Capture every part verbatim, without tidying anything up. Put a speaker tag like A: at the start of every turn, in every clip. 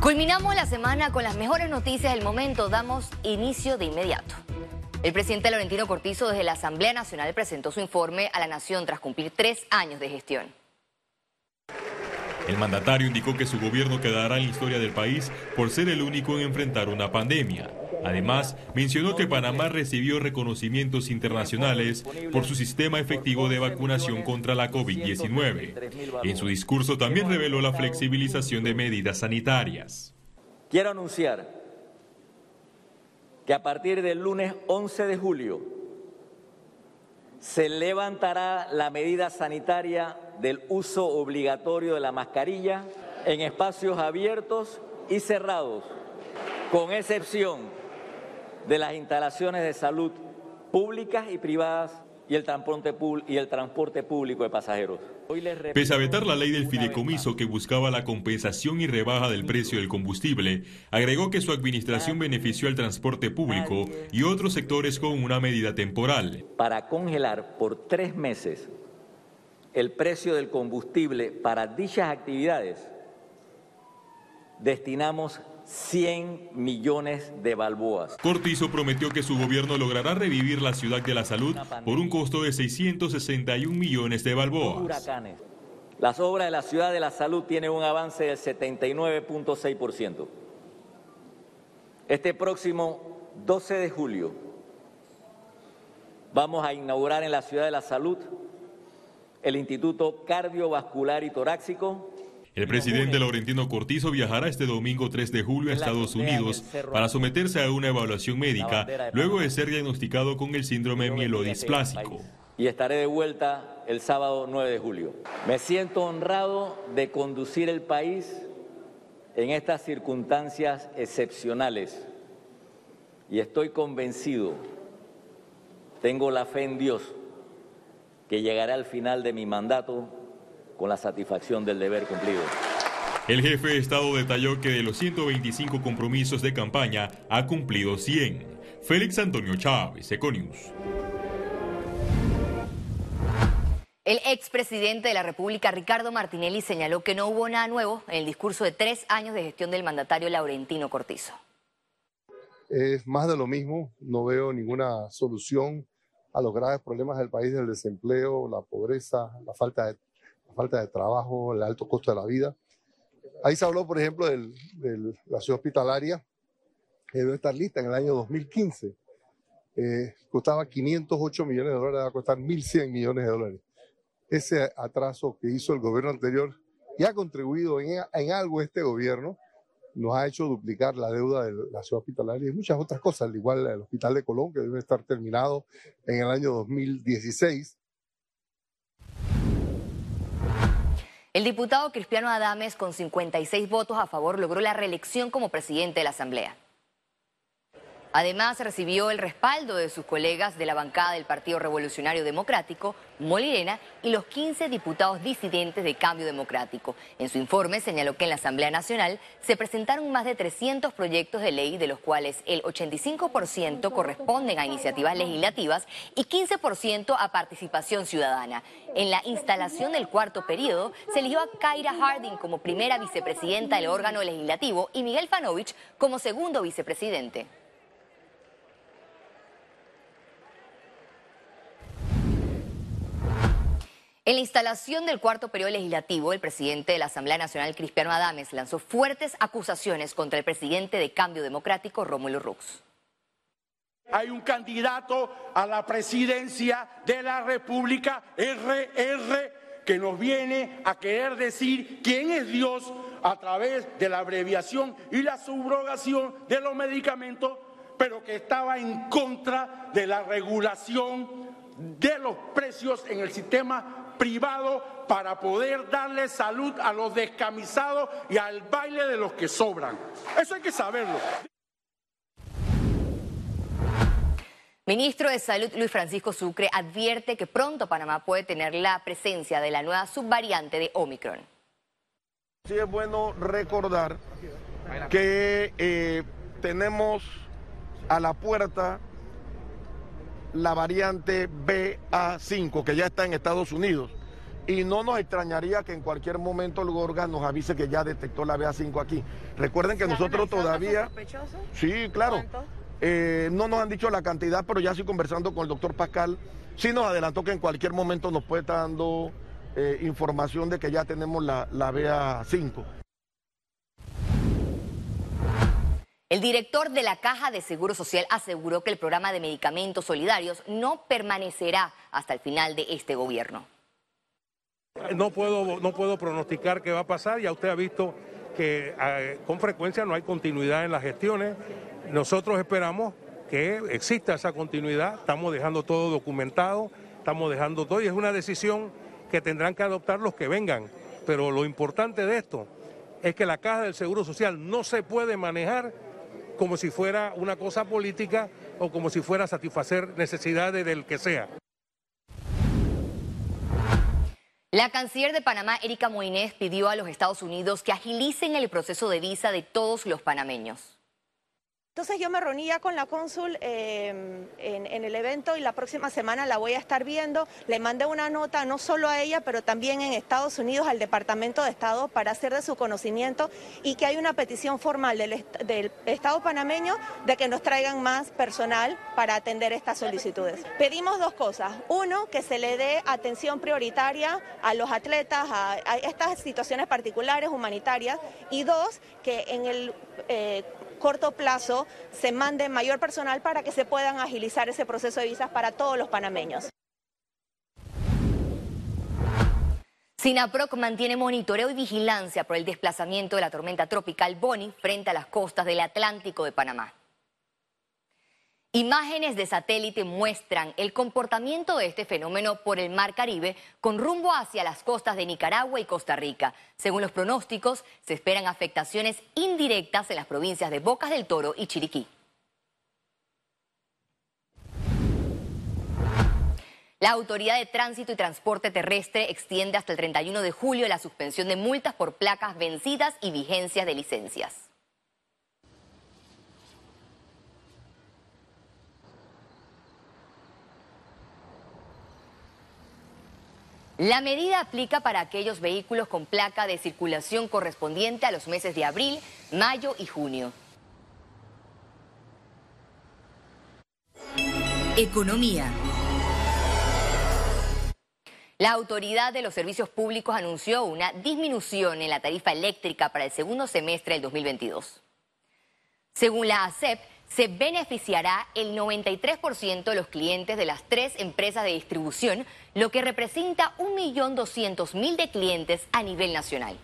A: Culminamos la semana con las mejores noticias del momento. Damos inicio de inmediato. El presidente Laurentino Cortizo desde la Asamblea Nacional presentó su informe a la Nación tras cumplir tres años de gestión.
B: El mandatario indicó que su gobierno quedará en la historia del país por ser el único en enfrentar una pandemia. Además, mencionó que Panamá recibió reconocimientos internacionales por su sistema efectivo de vacunación contra la COVID diecinueve. En su discurso también reveló la flexibilización de medidas sanitarias.
C: Quiero anunciar que a partir del lunes once de julio se levantará la medida sanitaria del uso obligatorio de la mascarilla en espacios abiertos y cerrados, con excepción de las instalaciones de salud públicas y privadas y el transporte, y el transporte público de pasajeros. Hoy les repito,
B: pese a vetar la ley del fideicomiso que buscaba la compensación y rebaja del precio del combustible, agregó que su administración benefició al transporte público y otros sectores con una medida temporal.
C: Para congelar por tres meses el precio del combustible para dichas actividades, destinamos cien millones de balboas.
B: Cortizo prometió que su gobierno logrará revivir la ciudad de la salud por un costo de seiscientos sesenta y un millones de balboas.
C: Huracanes. Las obras de la ciudad de la salud tienen un avance del setenta y nueve punto seis por ciento. Este próximo doce de julio vamos a inaugurar en la ciudad de la salud el Instituto Cardiovascular y Torácico.
B: El presidente Laurentino Cortizo viajará este domingo tres de julio a Estados Unidos para someterse a una evaluación médica luego de ser diagnosticado con el síndrome mielodisplásico.
C: Y estaré de vuelta el sábado nueve de julio. Me siento honrado de conducir el país en estas circunstancias excepcionales y estoy convencido, tengo la fe en Dios, que llegaré al final de mi mandato con la satisfacción del deber cumplido.
B: El jefe de Estado detalló que de los ciento veinticinco compromisos de campaña ha cumplido cien. Félix Antonio Chávez, Econius.
A: El expresidente de la República, Ricardo Martinelli, señaló que no hubo nada nuevo en el discurso de tres años de gestión del mandatario Laurentino Cortizo.
D: Es más de lo mismo, no veo ninguna solución a los graves problemas del país, del desempleo, la pobreza, la falta de la falta de trabajo, el alto costo de la vida. Ahí se habló, por ejemplo, de la ciudad hospitalaria, que debe estar lista en el año dos mil quince. Eh, costaba quinientos ocho millones de dólares, va a costar mil cien millones de dólares. Ese atraso que hizo el gobierno anterior y ha contribuido en, en algo este gobierno, nos ha hecho duplicar la deuda de la ciudad hospitalaria y muchas otras cosas, al igual el Hospital de Colón, que debe estar terminado en el año dos mil dieciséis.
A: El diputado Crispiano Adames, con cincuenta y seis votos a favor, logró la reelección como presidente de la Asamblea. Además, recibió el respaldo de sus colegas de la bancada del Partido Revolucionario Democrático, Molirena, y los quince diputados disidentes de Cambio Democrático. En su informe señaló que en la Asamblea Nacional se presentaron más de trescientos proyectos de ley, de los cuales el ochenta y cinco por ciento corresponden a iniciativas legislativas y quince por ciento a participación ciudadana. En la instalación del cuarto periodo se eligió a Kaira Harding como primera vicepresidenta del órgano legislativo y Miguel Fanovich como segundo vicepresidente. En la instalación del cuarto periodo legislativo, el presidente de la Asamblea Nacional, Crispiano Adames, lanzó fuertes acusaciones contra el presidente de Cambio Democrático, Rómulo Rux.
E: Hay un candidato a la presidencia de la República, R R, que nos viene a querer decir quién es Dios a través de la abreviación y la subrogación de los medicamentos, pero que estaba en contra de la regulación de los precios en el sistema privado para poder darle salud a los descamisados y al baile de los que sobran. Eso hay que saberlo.
A: Ministro de Salud Luis Francisco Sucre advierte que pronto Panamá puede tener la presencia de la nueva subvariante de Omicron.
F: Sí es bueno recordar que eh, tenemos a la puerta la variante B A cinco, que ya está en Estados Unidos y no nos extrañaría que en cualquier momento el Gorgas nos avise que ya detectó la B A cinco aquí. Recuerden que nosotros todavía... Sí, claro. Eh, no nos han dicho la cantidad, pero ya estoy conversando con el doctor Pascal. Sí nos adelantó que en cualquier momento nos puede estar dando eh, información de que ya tenemos la, la B A cinco.
A: El director de la Caja de Seguro Social aseguró que el programa de medicamentos solidarios no permanecerá hasta el final de este gobierno.
G: No puedo, no puedo pronosticar qué va a pasar, ya usted ha visto que eh, con frecuencia no hay continuidad en las gestiones. Nosotros esperamos que exista esa continuidad, estamos dejando todo documentado, estamos dejando todo y es una decisión que tendrán que adoptar los que vengan. Pero lo importante de esto es que la Caja del Seguro Social no se puede manejar como si fuera una cosa política o como si fuera satisfacer necesidades del que sea.
A: La canciller de Panamá, Erika Moines, pidió a los Estados Unidos que agilicen el proceso de visa de todos los panameños.
H: Entonces yo me reuní ya con la cónsul eh, en, en el evento y la próxima semana la voy a estar viendo. Le mandé una nota no solo a ella, pero también en Estados Unidos al Departamento de Estado para hacer de su conocimiento y que hay una petición formal del, del Estado panameño de que nos traigan más personal para atender estas solicitudes. Pedimos dos cosas. Uno, que se le dé atención prioritaria a los atletas, a, a estas situaciones particulares, humanitarias. Y dos, que en el... Eh, corto plazo se mande mayor personal para que se puedan agilizar ese proceso de visas para todos los panameños.
A: SINAPROC mantiene monitoreo y vigilancia por el desplazamiento de la tormenta tropical Bonnie frente a las costas del Atlántico de Panamá. Imágenes de satélite muestran el comportamiento de este fenómeno por el Mar Caribe con rumbo hacia las costas de Nicaragua y Costa Rica. Según los pronósticos, se esperan afectaciones indirectas en las provincias de Bocas del Toro y Chiriquí. La Autoridad de Tránsito y Transporte Terrestre extiende hasta el treinta y uno de julio la suspensión de multas por placas vencidas y vigencias de licencias. La medida aplica para aquellos vehículos con placa de circulación correspondiente a los meses de abril, mayo y junio. Economía. La Autoridad de los Servicios Públicos anunció una disminución en la tarifa eléctrica para el segundo semestre del dos mil veintidós. Según la A C E P, se beneficiará el noventa y tres por ciento de los clientes de las tres empresas de distribución, lo que representa un millón doscientos mil de clientes a nivel nacional.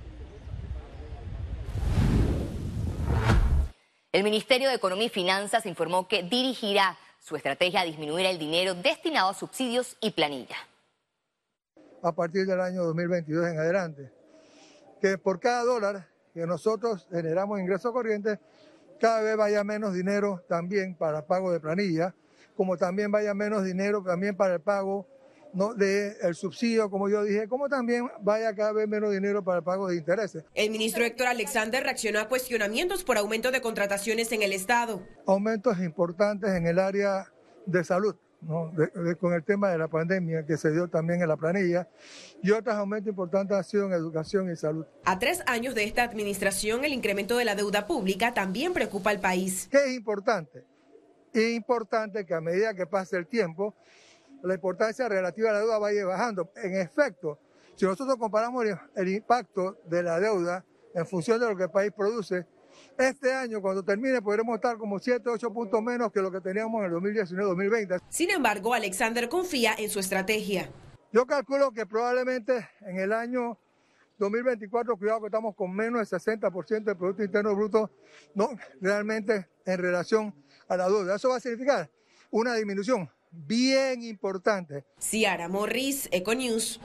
A: El Ministerio de Economía y Finanzas informó que dirigirá su estrategia a disminuir el dinero destinado a subsidios y planilla.
I: A partir del año dos mil veintidós en adelante, que por cada dólar que nosotros generamos ingresos corrientes, cada vez vaya menos dinero también para pago de planilla, como también vaya menos dinero también para el pago, ¿no?, del subsidio, como yo dije, como también vaya cada vez menos dinero para el pago de intereses.
J: El ministro Héctor Alexander reaccionó a cuestionamientos por aumento de contrataciones en el Estado.
I: Aumentos importantes en el área de salud, ¿no?, de, de, con el tema de la pandemia que se dio también en la planilla, y otros aumentos importantes han sido en educación y salud.
J: A tres años de esta administración, el incremento de la deuda pública también preocupa al país.
I: ¿Qué es importante? Es importante que a medida que pase el tiempo, la importancia relativa a la deuda vaya bajando. En efecto, si nosotros comparamos el, el impacto de la deuda en función de lo que el país produce, este año, cuando termine, podremos estar como siete, ocho puntos menos que lo que teníamos en el dos mil diecinueve dos mil veinte.
J: Sin embargo, Alexander confía en su estrategia.
I: Yo calculo que probablemente en el año dos mil veinticuatro, cuidado que estamos con menos del sesenta por ciento del Producto Interno Bruto, no realmente en relación a la deuda. Eso va a significar una disminución bien importante.
J: Ciara Morris, Econews.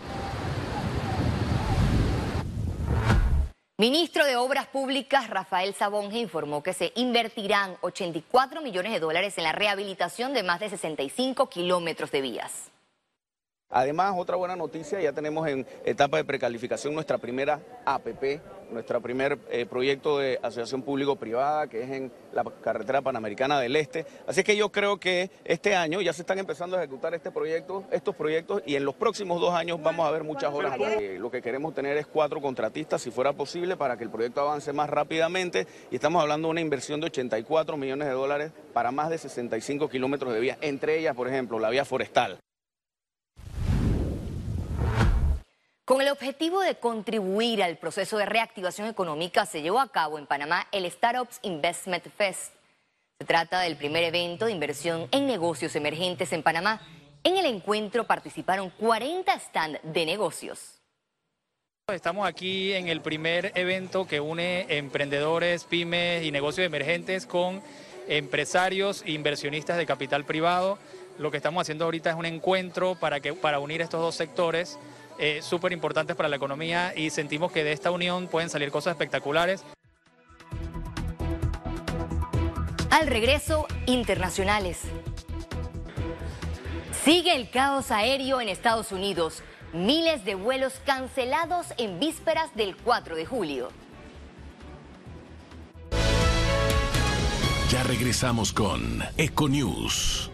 A: Ministro de Obras Públicas Rafael Sabonge informó que se invertirán ochenta y cuatro millones de dólares en la rehabilitación de más de sesenta y cinco kilómetros de vías.
K: Además, otra buena noticia, ya tenemos en etapa de precalificación nuestra primera A P P, nuestro primer eh, proyecto de asociación público-privada, que es en la carretera panamericana del Este. Así que yo creo que este año ya se están empezando a ejecutar este proyecto, estos proyectos, y en los próximos dos años vamos a ver muchas horas. Eh, lo que queremos tener es cuatro contratistas, si fuera posible, para que el proyecto avance más rápidamente, y estamos hablando de una inversión de ochenta y cuatro millones de dólares para más de sesenta y cinco kilómetros de vías, entre ellas, por ejemplo, la vía forestal.
A: Con el objetivo de contribuir al proceso de reactivación económica, se llevó a cabo en Panamá el Startups Investment Fest. Se trata del primer evento de inversión en negocios emergentes en Panamá. En el encuentro participaron cuarenta stands de negocios.
L: Estamos aquí en el primer evento que une emprendedores, pymes y negocios emergentes con empresarios e inversionistas de capital privado. Lo que estamos haciendo ahorita es un encuentro para, que, para unir estos dos sectores. Eh, súper importantes para la economía, y sentimos que de esta unión pueden salir cosas espectaculares.
A: Al regreso, internacionales. Sigue el caos aéreo en Estados Unidos. Miles de vuelos cancelados en vísperas del cuatro de julio.
M: Ya regresamos con Econews.